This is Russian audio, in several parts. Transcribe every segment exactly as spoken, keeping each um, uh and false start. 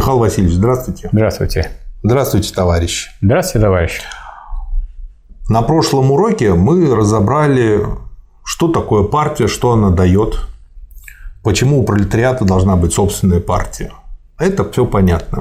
Михаил Васильевич, здравствуйте. Здравствуйте. Здравствуйте, товарищ. Здравствуйте, товарищ. На прошлом уроке мы разобрали, что такое партия, что она дает, почему у пролетариата должна быть собственная партия. Это все понятно.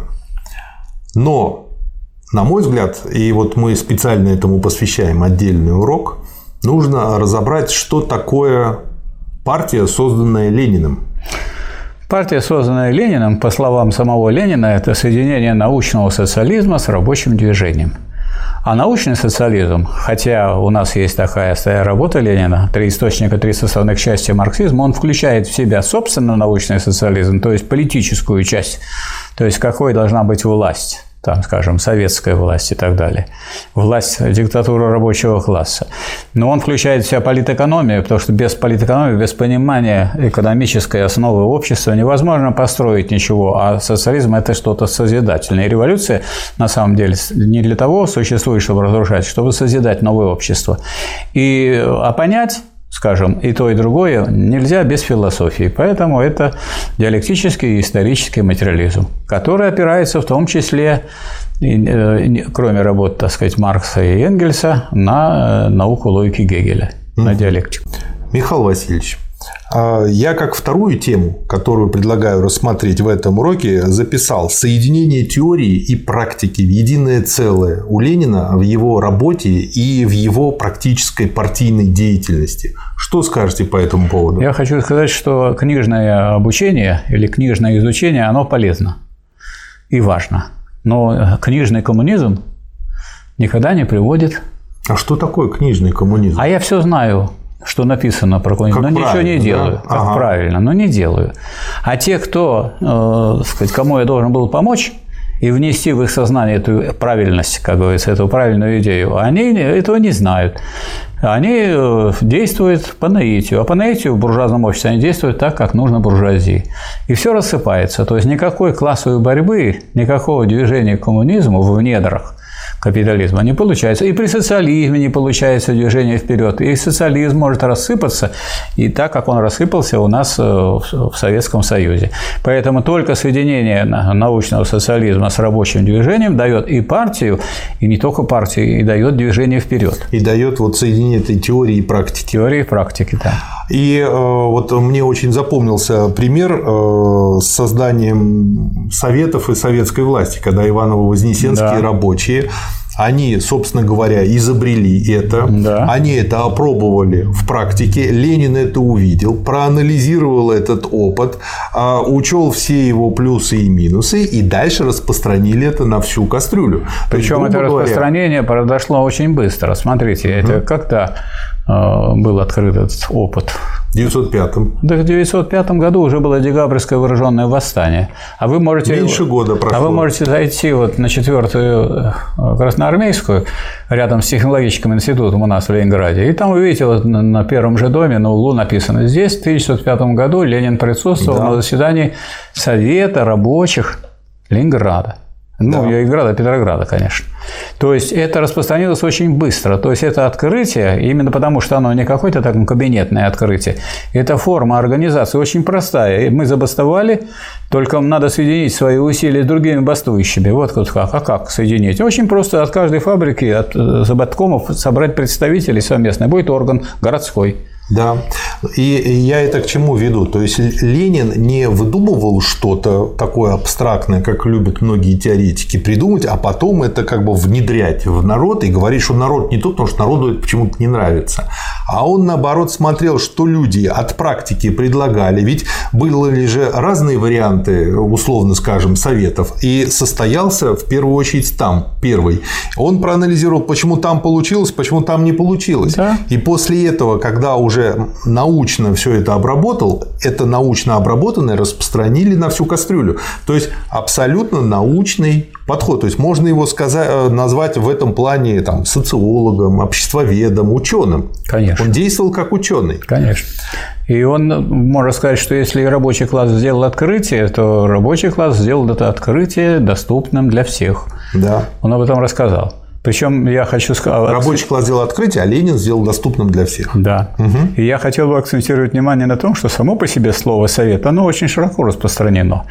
Но, на мой взгляд, и вот мы специально этому посвящаем отдельный урок, нужно разобрать, что такое партия, созданная Лениным. Партия, созданная Лениным, по словам самого Ленина, это соединение научного социализма с рабочим движением. А научный социализм, хотя у нас есть такая старая работа Ленина «Три источника, три составных части марксизма», он включает в себя, собственно, научный социализм, то есть политическую часть, то есть какой должна быть власть, там, скажем, советская власть и так далее, власть, диктатура рабочего класса. Но он включает в себя политэкономию, потому что без политэкономии, без понимания экономической основы общества невозможно построить ничего, а социализм – это что-то созидательное. И революция, на самом деле, не для того существует, чтобы разрушать, чтобы созидать новое общество. И, а понять, скажем, и то, и другое нельзя без философии. Поэтому это диалектический и исторический материализм, который опирается в том числе, кроме работ, так сказать, Маркса и Энгельса, на науку логики Гегеля, mm. на диалектику. Михаил Васильевич, я как вторую тему, которую предлагаю рассмотреть в этом уроке, записал соединение теории и практики в единое целое у Ленина в его работе и в его практической партийной деятельности. Что скажете по этому поводу? Я хочу сказать, что книжное обучение или книжное изучение, оно полезно и важно. Но книжный коммунизм никогда не приводит. А что такое книжный коммунизм? А я все знаю, что написано про коммунизм, но ничего не делаю, да? Как ага. правильно, но не делаю. А те, кто, э, сказать, кому я должен был помочь и внести в их сознание эту правильность, как говорится, эту правильную идею, они этого не знают. Они действуют по наитию, а по наитию в буржуазном обществе они действуют так, как нужно буржуазии. И все рассыпается. То есть никакой классовой борьбы, никакого движения к коммунизму в недрах капитализма не получается. И при социализме не получается движение вперед. И социализм может рассыпаться, и так, как он рассыпался у нас в Советском Союзе. Поэтому только соединение научного социализма с рабочим движением дает и партию, и не только партию, и дает движение вперед. И дает вот соединение этой теории и практики. Теории и практики, да. И э, вот мне очень запомнился пример э, с созданием советов и советской власти, когда Иваново-Вознесенские да. рабочие, они, собственно говоря, изобрели это, да. они это опробовали в практике, Ленин это увидел, проанализировал этот опыт, учел все его плюсы и минусы, и дальше распространили это на всю кастрюлю. Причем это говоря... распространение произошло очень быстро. Смотрите, это угу. когда был открыт этот опыт? В девятьсот пятом. Да, в девятьсот пятом году уже было декабрьское вооруженное восстание. А вы можете, меньше года прошло. А вы можете зайти вот на четвертую Красноармейскую, рядом с технологическим институтом у нас в Ленинграде, и там вы видите вот на первом же доме на углу написано: здесь в тысяча девятьсот пятом году Ленин присутствовал да. на заседании Совета рабочих Ленинграда. Ну, да. Ленинграда, Петрограда, конечно. То есть это распространилось очень быстро. То есть это открытие, именно потому что оно не какое-то такое кабинетное открытие, это форма организации очень простая. Мы забастовали, только надо соединить свои усилия с другими бастующими. Вот вот как. А как соединить? Очень просто: от каждой фабрики, от заботкомов собрать представителей совместно. Будет орган городской. Да, и я это к чему веду? То есть Ленин не выдумывал что-то такое абстрактное, как любят многие теоретики придумать, а потом это как бы внедрять в народ и говорить, что народ не тот, потому что народу это почему-то не нравится. А он, наоборот, смотрел, что люди от практики предлагали. Ведь были же разные варианты, условно скажем, советов, и состоялся в первую очередь там первый. Он проанализировал, почему там получилось, почему там не получилось. Да. И после этого, когда уже уже научно все это обработал, это научно обработанное распространили на всю кастрюлю. То есть абсолютно научный подход. То есть можно его сказать, назвать в этом плане там, социологом, обществоведом, ученым. Конечно. Он действовал как ученый. Конечно. И он, можно сказать, что если рабочий класс сделал открытие, то рабочий класс сделал это открытие доступным для всех. Да. Он об этом рассказал. Причем я хочу сказать... Рабочий класс сделал открытие, а Ленин сделал доступным для всех. Да. Угу. И я хотел бы акцентировать внимание на том, что само по себе слово «совет», оно очень широко распространено.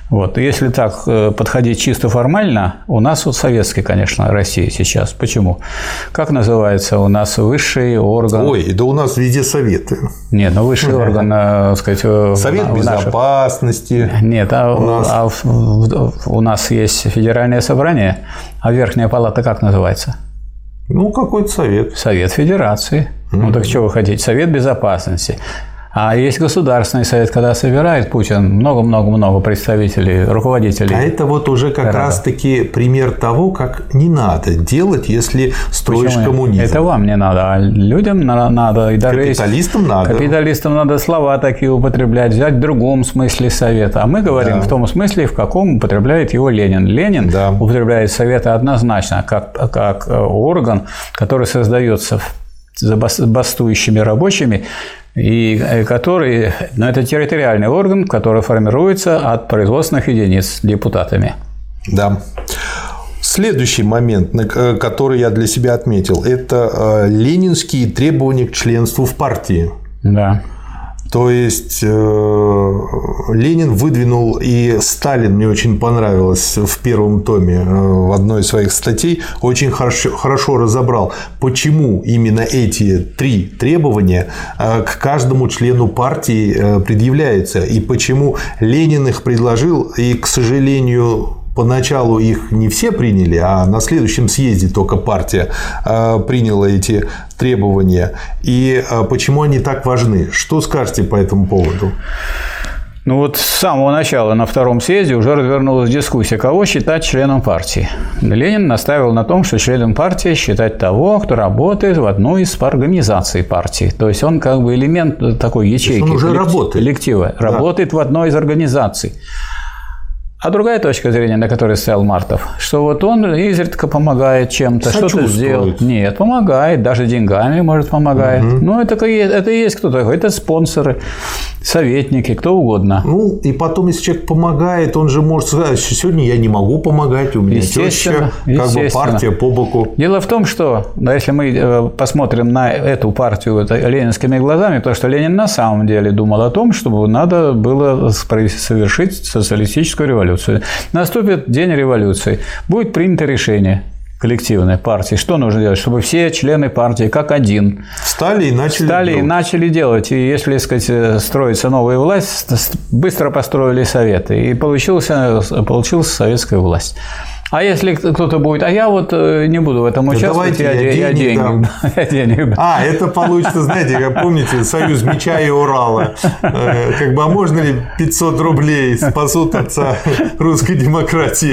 Вот. Если так подходить чисто формально, у нас вот советская, конечно, Россия сейчас. Почему? Как называется у нас высший орган? Ой, да у нас везде советы. Нет, ну высший орган, так сказать… Совет безопасности. Наших... Нет, а у, нас... а у нас есть федеральное собрание, а верхняя палата как называется? Ну, какой-то совет. Совет Федерации. Mm-hmm. Ну, так что вы хотите? Совет безопасности. А есть Государственный совет, когда собирает Путин много-много-много представителей, руководителей. А это вот уже как раз-таки пример того, как не надо делать, если строишь Почему? коммунизм. Это вам не надо, а людям надо. И даже капиталистам надо. Капиталистам надо слова такие употреблять, взять в другом смысле совета. А мы говорим да. в том смысле, в каком употребляет его Ленин. Ленин да. употребляет советы однозначно, как, как орган, который создается за бастующими рабочими, и который, ну, это территориальный орган, который формируется от производственных единиц депутатами. Да. Следующий момент, который я для себя отметил, это ленинские требования к членству в партии. Да. То есть Ленин выдвинул, и Сталин, мне очень понравилось в первом томе, в одной из своих статей, очень хорошо, хорошо разобрал, почему именно эти три требования к каждому члену партии предъявляются, и почему Ленин их предложил, и, к сожалению, поначалу их не все приняли, а на следующем съезде только партия приняла эти требования. И почему они так важны? Что скажете по этому поводу? Ну вот с самого начала на втором съезде уже развернулась дискуссия, кого считать членом партии. Ленин наставил на том, что членом партии считать того, кто работает в одной из организаций партии. То есть он как бы элемент такой ячейки, он уже коллектив, работает. коллектива, да. работает в одной из организаций. А другая точка зрения, на которой стоял Мартов, что вот он изредка помогает чем-то, что-то сделать. Нет, помогает, даже деньгами может помогать. Угу. Ну, это, это и есть кто такой, это спонсоры, советники, кто угодно. Ну, и потом, если человек помогает, он же может сказать, что сегодня я не могу помогать, у меня теща, как бы партия по боку. Дело в том, что, да, если мы посмотрим на эту партию это, ленинскими глазами, то, что Ленин на самом деле думал о том, чтобы надо было совершить социалистическую революцию. Наступит день революции, будет принято решение коллективной партии. Что нужно делать? Чтобы все члены партии, как один, встали и начали, встали и начали делать. И если, так сказать, строится новая власть, быстро построили советы. И получился, получилась советская власть. А если кто-то будет, а я вот не буду в этом участвовать, давайте, я, я, денег, денег, дам. я денег дам. А, это получится, знаете, как помните, Союз Меча и Урала. Как бы, а можно ли пятьсот рублей спасут отца русской демократии?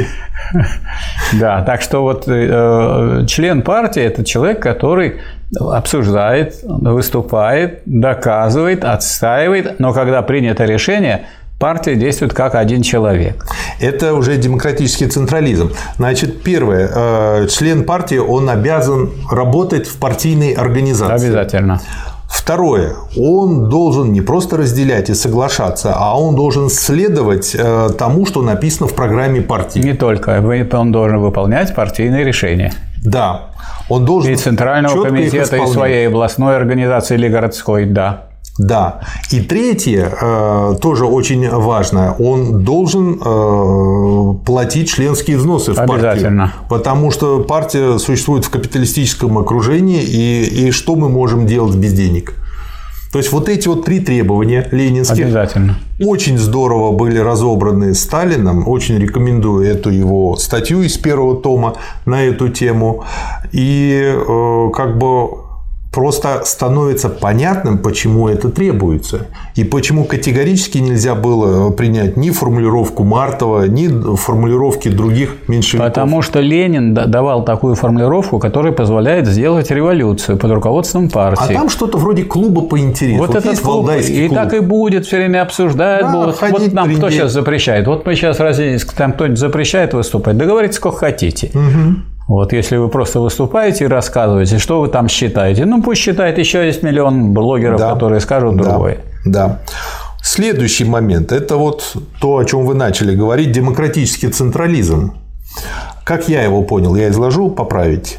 Да, так что вот э, член партии – это человек, который обсуждает, выступает, доказывает, отстаивает, но когда принято решение, партия действует как один человек. Это уже демократический централизм. Значит, первое. Член партии, он обязан работать в партийной организации. Обязательно. Второе. Он должен не просто разделять и соглашаться, а он должен следовать тому, что написано в программе партии. Не только. Он должен выполнять партийные решения. Да. Он должен и Центрального комитета, и своей областной организации или городской, да. Да. И третье, тоже очень важно, он должен платить членские взносы в партию. Обязательно. Потому что партия существует в капиталистическом окружении, и, и что мы можем делать без денег? То есть, вот эти вот три требования ленинских Обязательно. очень здорово были разобраны Сталином. Очень рекомендую эту его статью из первого тома на эту тему. И как бы просто становится понятным, почему это требуется. И почему категорически нельзя было принять ни формулировку Мартова, ни формулировки других меньшевиков. Потому что Ленин давал такую формулировку, которая позволяет сделать революцию под руководством партии. А там что-то вроде клуба по интересу. Вот, вот этот клуб, и клуб. так и будет, все время обсуждают. Да, будут. Вот нам трендеть. Кто сейчас запрещает? Вот мы сейчас, разве там кто-нибудь запрещает выступать? Да говорите, сколько хотите. Угу. Вот, если вы просто выступаете и рассказываете, что вы там считаете, ну пусть считает, еще есть миллион блогеров, да. которые скажут другое. Да. да. Следующий момент – это вот то, о чем вы начали говорить, демократический централизм. Как я его понял, я изложу, поправить.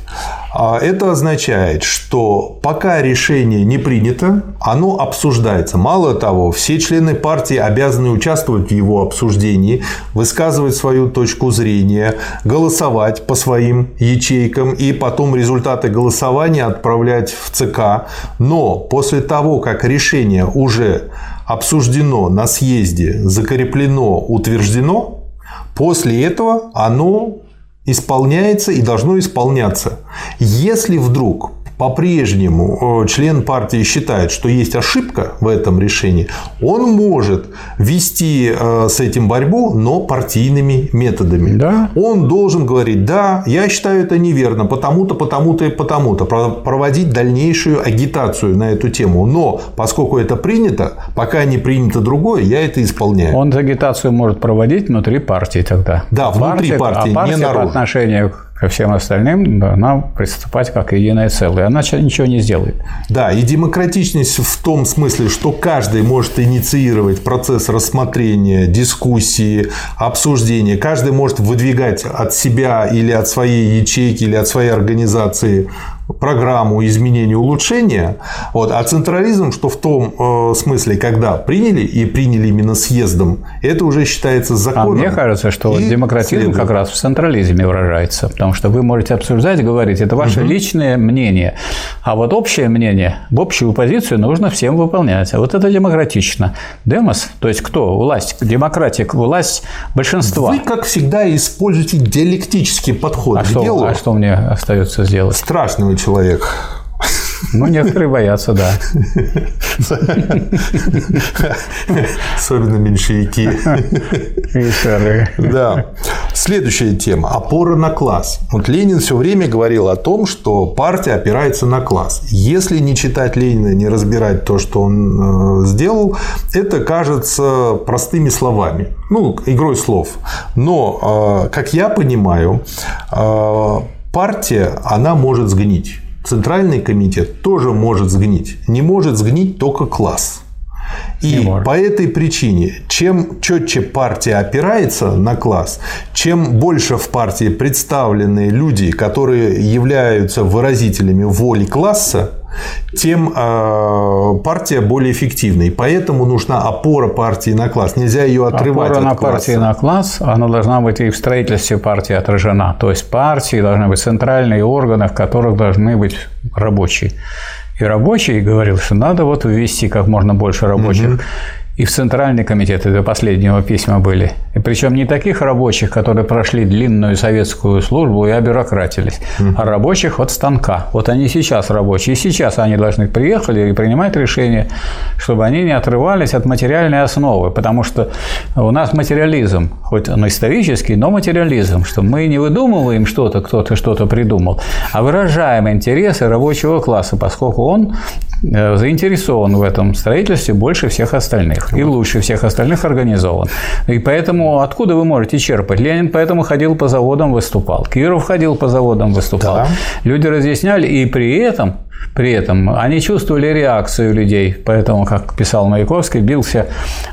Это означает, что пока решение не принято, оно обсуждается. Мало того, все члены партии обязаны участвовать в его обсуждении, высказывать свою точку зрения, голосовать по своим ячейкам и потом результаты голосования отправлять в ЦК. Но после того, как решение уже обсуждено на съезде, закреплено, утверждено, после этого оно исполняется и должно исполняться. Если вдруг по-прежнему член партии считает, что есть ошибка в этом решении, он может вести с этим борьбу, но партийными методами. Да. Он должен говорить: да, я считаю это неверно, потому-то, потому-то и потому-то, проводить дальнейшую агитацию на эту тему. Но поскольку это принято, пока не принято другое, я это исполняю. Он агитацию может проводить внутри партии тогда. Да, внутри партия, партии, а партия не наружу. По отношению ко всем остальным должна приступать как единое целое. Она ничего не сделает. Да, и демократичность в том смысле, что каждый может инициировать процесс рассмотрения, дискуссии, обсуждения. Каждый может выдвигать от себя или от своей ячейки, или от своей организации программу изменения, улучшения. Вот. А централизм, что в том э, смысле, когда приняли и приняли именно съездом, это уже считается законом. А мне кажется, что вот демократизм следует. Как раз в централизме выражается. Потому что вы можете обсуждать, говорить, это ваше угу. личное мнение. А вот общее мнение, в общую позицию нужно всем выполнять. А вот это демократично. Демос, то есть кто? Власть, демократия, власть большинства. Вы, как всегда, используете диалектический подход а к что, делу. А что мне остается сделать? Страшного человек. Ну, некоторые боятся, да. Особенно меньшевики. Да. Следующая тема – опора на класс. Вот Ленин все время говорил о том, что партия опирается на класс. Если не читать Ленина, не разбирать то, что он сделал, это кажется простыми словами, ну, игрой слов. Но, как я понимаю, партия, она может сгнить. Центральный комитет тоже может сгнить. Не может сгнить только класс. И по этой причине, чем четче партия опирается на класс, чем больше в партии представлены люди, которые являются выразителями воли класса, тем партия более эффективна. И поэтому нужна опора партии на класс. Нельзя ее отрывать опора от на класса. партии на класс, она должна быть и в строительстве партии отражена. То есть партии должны быть центральные органы, в которых должны быть рабочие. И рабочий говорил, что надо вот ввести как можно больше рабочих. Угу. И в Центральный комитет, это последнего письма были. И причем не таких рабочих, которые прошли длинную советскую службу и обюрократились, mm-hmm. а рабочих от станка. Вот они сейчас рабочие. И сейчас они должны приехали и принимать решение, чтобы они не отрывались от материальной основы. Потому что у нас материализм, хоть он исторический, но материализм, что мы не выдумываем что-то, кто-то что-то придумал, а выражаем интересы рабочего класса, поскольку он заинтересован в этом строительстве больше всех остальных и лучше всех остальных организован. И поэтому откуда вы можете черпать? Ленин поэтому ходил по заводам, выступал. Киров ходил по заводам, выступал. Да. Люди разъясняли, и при этом, при этом они чувствовали реакцию людей. Поэтому, как писал Маяковский, бился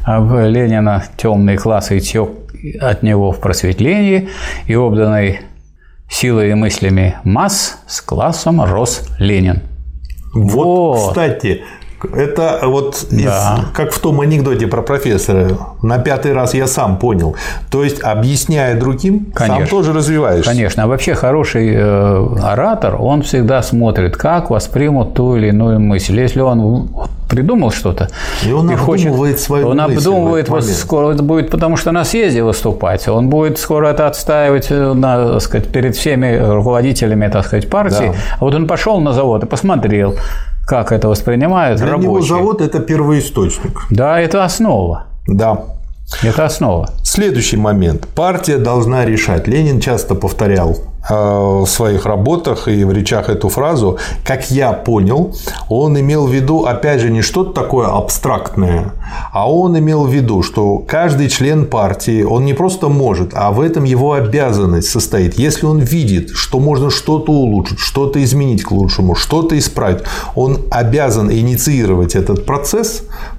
в Ленина темный класс и тек от него в просветлении, и обданный силой и мыслями масс с классом рос Ленин. Вот, вот, кстати, это вот из, да. как в том анекдоте про профессора. На пятый раз я сам понял. То есть, объясняя другим, конечно, сам тоже развиваешься. Конечно. А вообще хороший э, оратор, он всегда смотрит, как воспримут ту или иную мысль. Если он придумал что-то и он и обдумывает хочет, свою он мысль. обдумывает, вот скоро это будет, потому что на съезде выступать. Он будет скоро это отстаивать, на, так сказать, перед всеми руководителями, так сказать, партии. Да. А вот он пошел на завод и посмотрел, как это воспринимают Для рабочие. Для него завод – это первоисточник. Да, это основа. Да. Это основа. Следующий момент. Партия должна решать. Ленин часто повторял в своих работах и в речах эту фразу. Как я понял, он имел в виду, опять же, не что-то такое абстрактное, а он имел в виду, что каждый член партии, он не просто может, а в этом его обязанность состоит. Если он видит, что можно что-то улучшить, что-то изменить к лучшему, что-то исправить, он обязан инициировать этот процесс,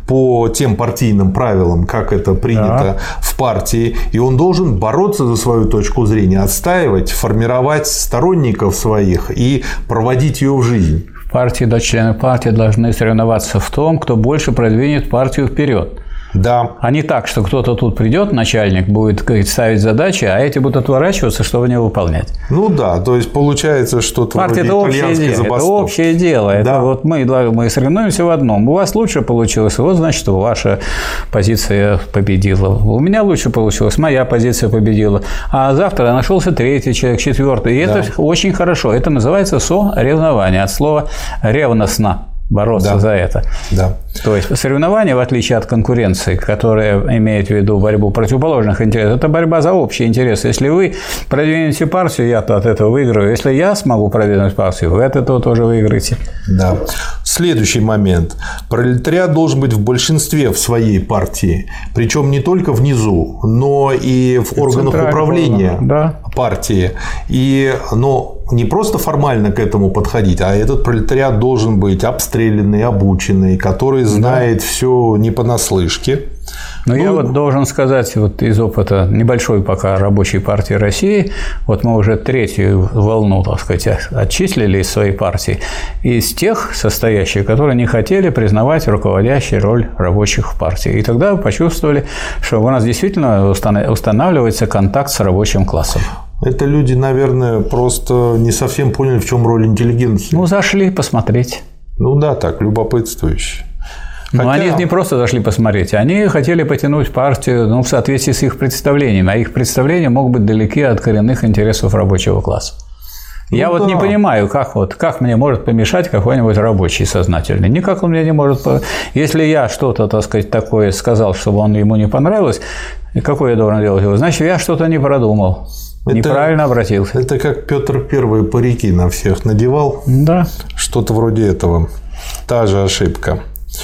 по тем партийным правилам, как это принято да. в партии, и он должен бороться за свою точку зрения, отстаивать, формировать сторонников своих и проводить ее в жизнь. В партии, да, члены партии должны соревноваться в том, кто больше продвинет партию вперед. Да. А не так, что кто-то тут придет, начальник, будет, говорит, ставить задачи, а эти будут отворачиваться, чтобы не выполнять. Ну да, то есть получается, что партия – это общее дело. Это общее дело. Да. Это вот мы, мы соревнуемся в одном. У вас лучше получилось, вот значит, ваша позиция победила. У меня лучше получилось, моя позиция победила. А завтра нашелся третий человек, четвертый. И да. это очень хорошо. Это называется соревнование от слова ревностно. Бороться да. за это. Да. То есть соревнование, в отличие от конкуренции, которая имеет в виду борьбу противоположных интересов, это борьба за общие интересы. Если вы продвинете партию, я от этого выиграю. Если я смогу продвинуть партию, вы от этого тоже выиграете. Да. Следующий момент. Пролетариат должен быть в большинстве в своей партии. Причем не только внизу, но и в и органах управления да. партии. И, но не просто формально к этому подходить, а этот пролетариат должен быть обстрелянный, обученный, который знает да. все не понаслышке. Но ну, я ну, вот должен сказать вот из опыта небольшой пока рабочей партии России, вот мы уже третью волну, так сказать, отчислили из своей партии, из тех состоящих, которые не хотели признавать руководящую роль рабочих в партии. И тогда почувствовали, что у нас действительно устанавливается контакт с рабочим классом. Это люди, наверное, просто не совсем поняли, в чем роль интеллигенции. Ну, зашли посмотреть. Ну да, так, любопытствующие. Хотя... Но они не просто зашли посмотреть, они хотели потянуть партию ну, в соответствии с их представлениями, а их представления могут быть далеки от коренных интересов рабочего класса. Ну, я да. вот не понимаю, как, вот, как мне может помешать какой-нибудь рабочий сознательный. Никак он мне не может... Если я что-то, так сказать, такое сказал, чтобы он ему не понравилось, какой я должен делать его? Значит, я что-то не продумал. Это, неправильно обратился. Это как Петр Первый парики на всех надевал. Да. Что-то вроде этого. Та же ошибка.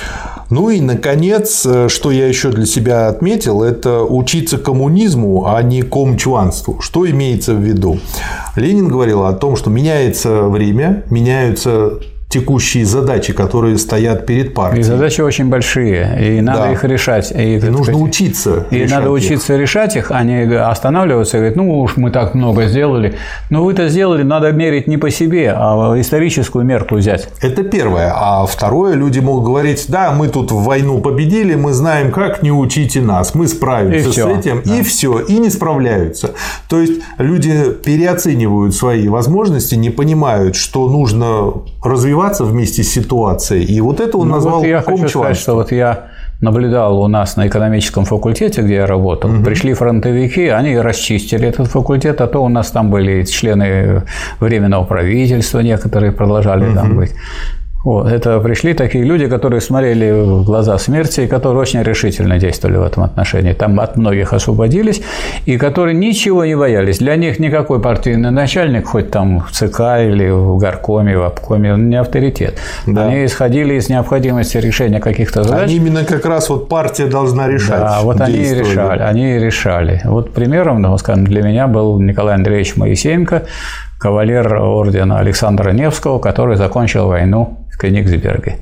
Ну и, наконец, что я еще для себя отметил, это учиться коммунизму, а не комчванству. Что имеется в виду? Ленин говорил о том, что меняется время, меняются текущие задачи, которые стоят перед партией. И задачи очень большие, и надо да. их решать. И, и нужно сказать, учиться И надо их. учиться решать их, а не останавливаться и говорить, ну уж мы так много сделали. Но вы-то сделали, надо мерить не по себе, а историческую мерку взять. Это первое. А второе, люди могут говорить, да, мы тут в войну победили, мы знаем как, не учите нас, мы справимся и с все. этим, да. и все, и не справляются. То есть люди переоценивают свои возможности, не понимают, что нужно развивать вместе с ситуацией. И вот это он ну, назвал вот я хочу сказать, что вот я наблюдал у нас на экономическом факультете, где я работал, угу. пришли фронтовики, они расчистили этот факультет, а то у нас там были члены Временного правительства, некоторые продолжали угу. там быть. Вот, это пришли такие люди, которые смотрели в глаза смерти, и которые очень решительно действовали в этом отношении. Там от многих освободились, и которые ничего не боялись. Для них никакой партийный начальник, хоть там в ЦК или в горкоме, в обкоме, он не авторитет. Да. Они исходили из необходимости решения каких-то задач. Они именно как раз вот партия должна решать. Да, вот они и решали, они и решали. Вот примером, ну, скажем, для меня был Николай Андреевич Моисеенко, кавалер ордена Александра Невского, который закончил войну в Кёнигсберге.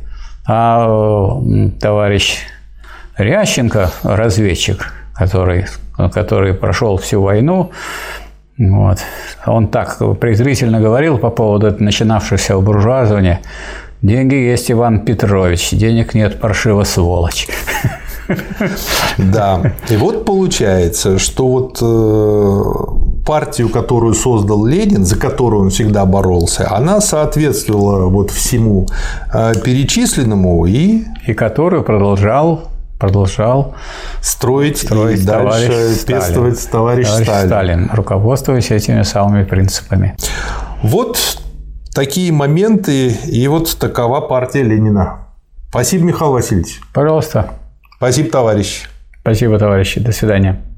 А товарищ Рященко, разведчик, который, который прошел всю войну, вот, он так презрительно говорил по поводу начинавшегося буржуазования: деньги есть, Иван Петрович, денег нет, паршиво сволочь. Да. И вот получается, что вот партию, которую создал Ленин, за которую он всегда боролся, она соответствовала вот всему перечисленному и... И которую продолжал... продолжал строить, строить и дальше пестовать товарищ, товарищ Сталин. Сталин, руководствуясь этими самыми принципами. Вот такие моменты, и вот такова партия Ленина. Спасибо, Михаил Васильевич. Пожалуйста. Спасибо, товарищ. Спасибо, товарищи. До свидания.